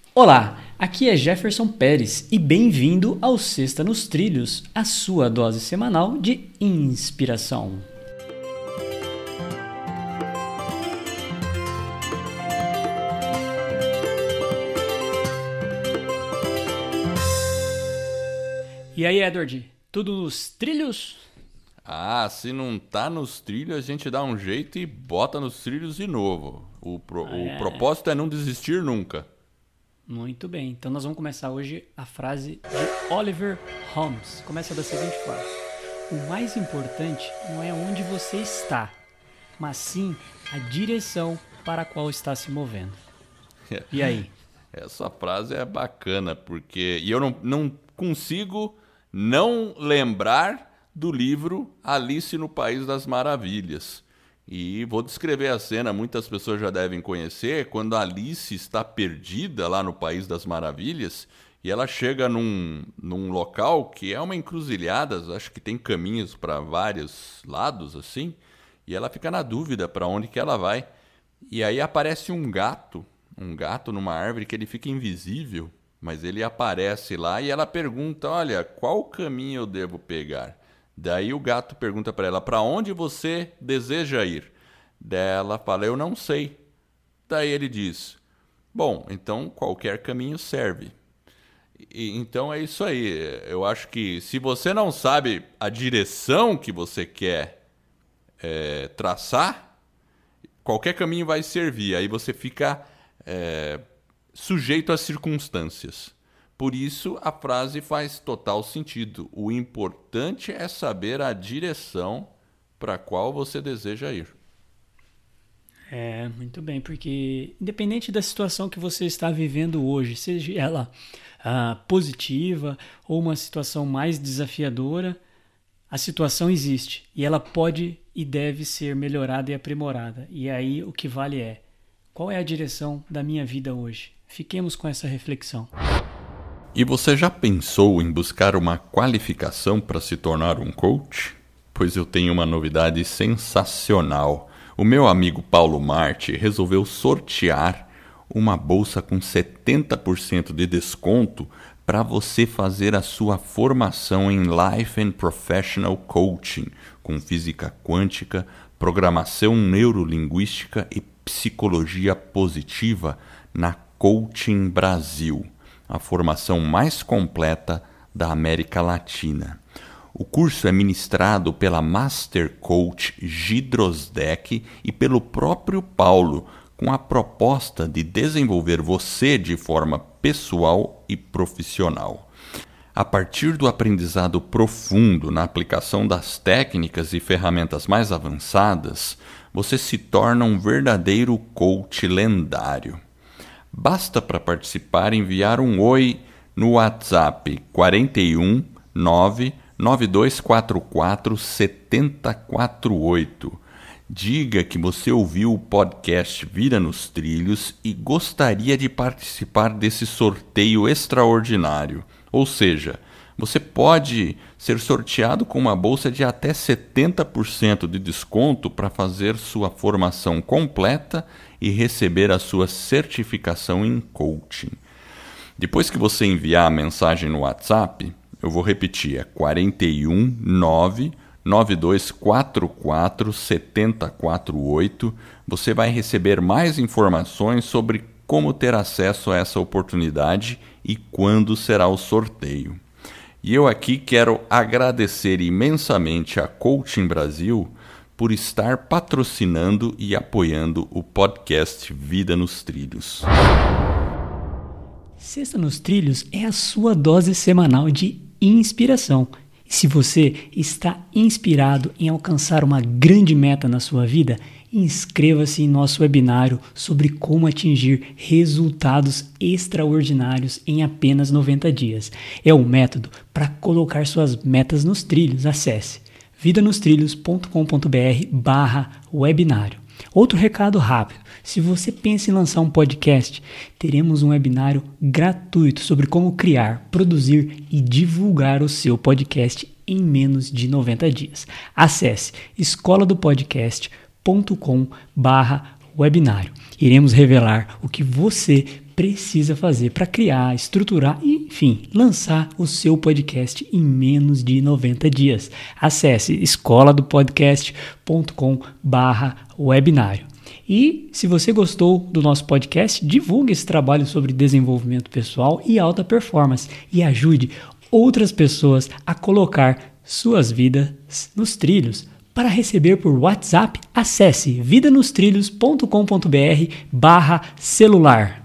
Olá, aqui é Jefferson Pérez e bem-vindo ao Sexta nos Trilhos, a sua dose semanal de inspiração. E aí, Edward, tudo nos trilhos? Se não tá nos trilhos, a gente dá um jeito e bota nos trilhos de novo. O propósito é não desistir nunca. Muito bem, então nós vamos começar hoje a frase de Oliver Holmes. Começa da seguinte forma: o mais importante não é onde você está, mas sim a direção para a qual está se movendo. E aí? Essa frase é bacana, porque eu não consigo não lembrar do livro Alice no País das Maravilhas. E vou descrever a cena, muitas pessoas já devem conhecer, quando a Alice está perdida lá no País das Maravilhas e ela chega num local que é uma encruzilhada, acho que tem caminhos para vários lados assim, e ela fica na dúvida para onde que ela vai. E aí aparece um gato numa árvore que ele fica invisível, mas ele aparece lá e ela pergunta: olha, qual caminho eu devo pegar? Daí o gato pergunta para ela: para onde você deseja ir? Daí ela fala: eu não sei. Daí ele diz: bom, então qualquer caminho serve. Então é isso aí. Eu acho que se você não sabe a direção que você quer traçar, qualquer caminho vai servir. Aí você fica sujeito às circunstâncias. Por isso, a frase faz total sentido. O importante é saber a direção para a qual você deseja ir. Muito bem, porque independente da situação que você está vivendo hoje, seja ela positiva ou uma situação mais desafiadora, a situação existe e ela pode e deve ser melhorada e aprimorada. E aí o que vale é: qual é a direção da minha vida hoje? Fiquemos com essa reflexão. E você já pensou em buscar uma qualificação para se tornar um coach? Pois eu tenho uma novidade sensacional. O meu amigo Paulo Marte resolveu sortear uma bolsa com 70% de desconto para você fazer a sua formação em Life and Professional Coaching, com física quântica, programação neurolinguística e psicologia positiva na Coaching Brasil, a formação mais completa da América Latina. O curso é ministrado pela Master Coach Gidrosdeck e pelo próprio Paulo, com a proposta de desenvolver você de forma pessoal e profissional. A partir do aprendizado profundo na aplicação das técnicas e ferramentas mais avançadas, você se torna um verdadeiro coach lendário. Basta para participar enviar um oi no WhatsApp 41 99244 7048. Diga que você ouviu o podcast Vida nos Trilhos e gostaria de participar desse sorteio extraordinário. Ou seja, você pode ser sorteado com uma bolsa de até 70% de desconto para fazer sua formação completa e receber a sua certificação em coaching. Depois que você enviar a mensagem no WhatsApp, eu vou repetir, é 41 99244 7048. Você vai receber mais informações sobre como ter acesso a essa oportunidade e quando será o sorteio. E eu aqui quero agradecer imensamente a Coaching Brasil por estar patrocinando e apoiando o podcast Vida nos Trilhos. Sexta nos Trilhos é a sua dose semanal de inspiração. E se você está inspirado em alcançar uma grande meta na sua vida, inscreva-se em nosso webinário sobre como atingir resultados extraordinários em apenas 90 dias. É um método para colocar suas metas nos trilhos. Acesse vidanostrilhos.com.br/webinário. Outro recado rápido: se você pensa em lançar um podcast, teremos um webinário gratuito sobre como criar, produzir e divulgar o seu podcast em menos de 90 dias. Acesse escoladopodcast.com.br/webinário. Iremos revelar o que você precisa fazer para criar, estruturar e, enfim, lançar o seu podcast em menos de 90 dias. Acesse escoladopodcast.com/webinário. E se você gostou do nosso podcast, divulgue esse trabalho sobre desenvolvimento pessoal e alta performance e ajude outras pessoas a colocar suas vidas nos trilhos. Para receber por WhatsApp, acesse vidanostrilhos.com.br/celular.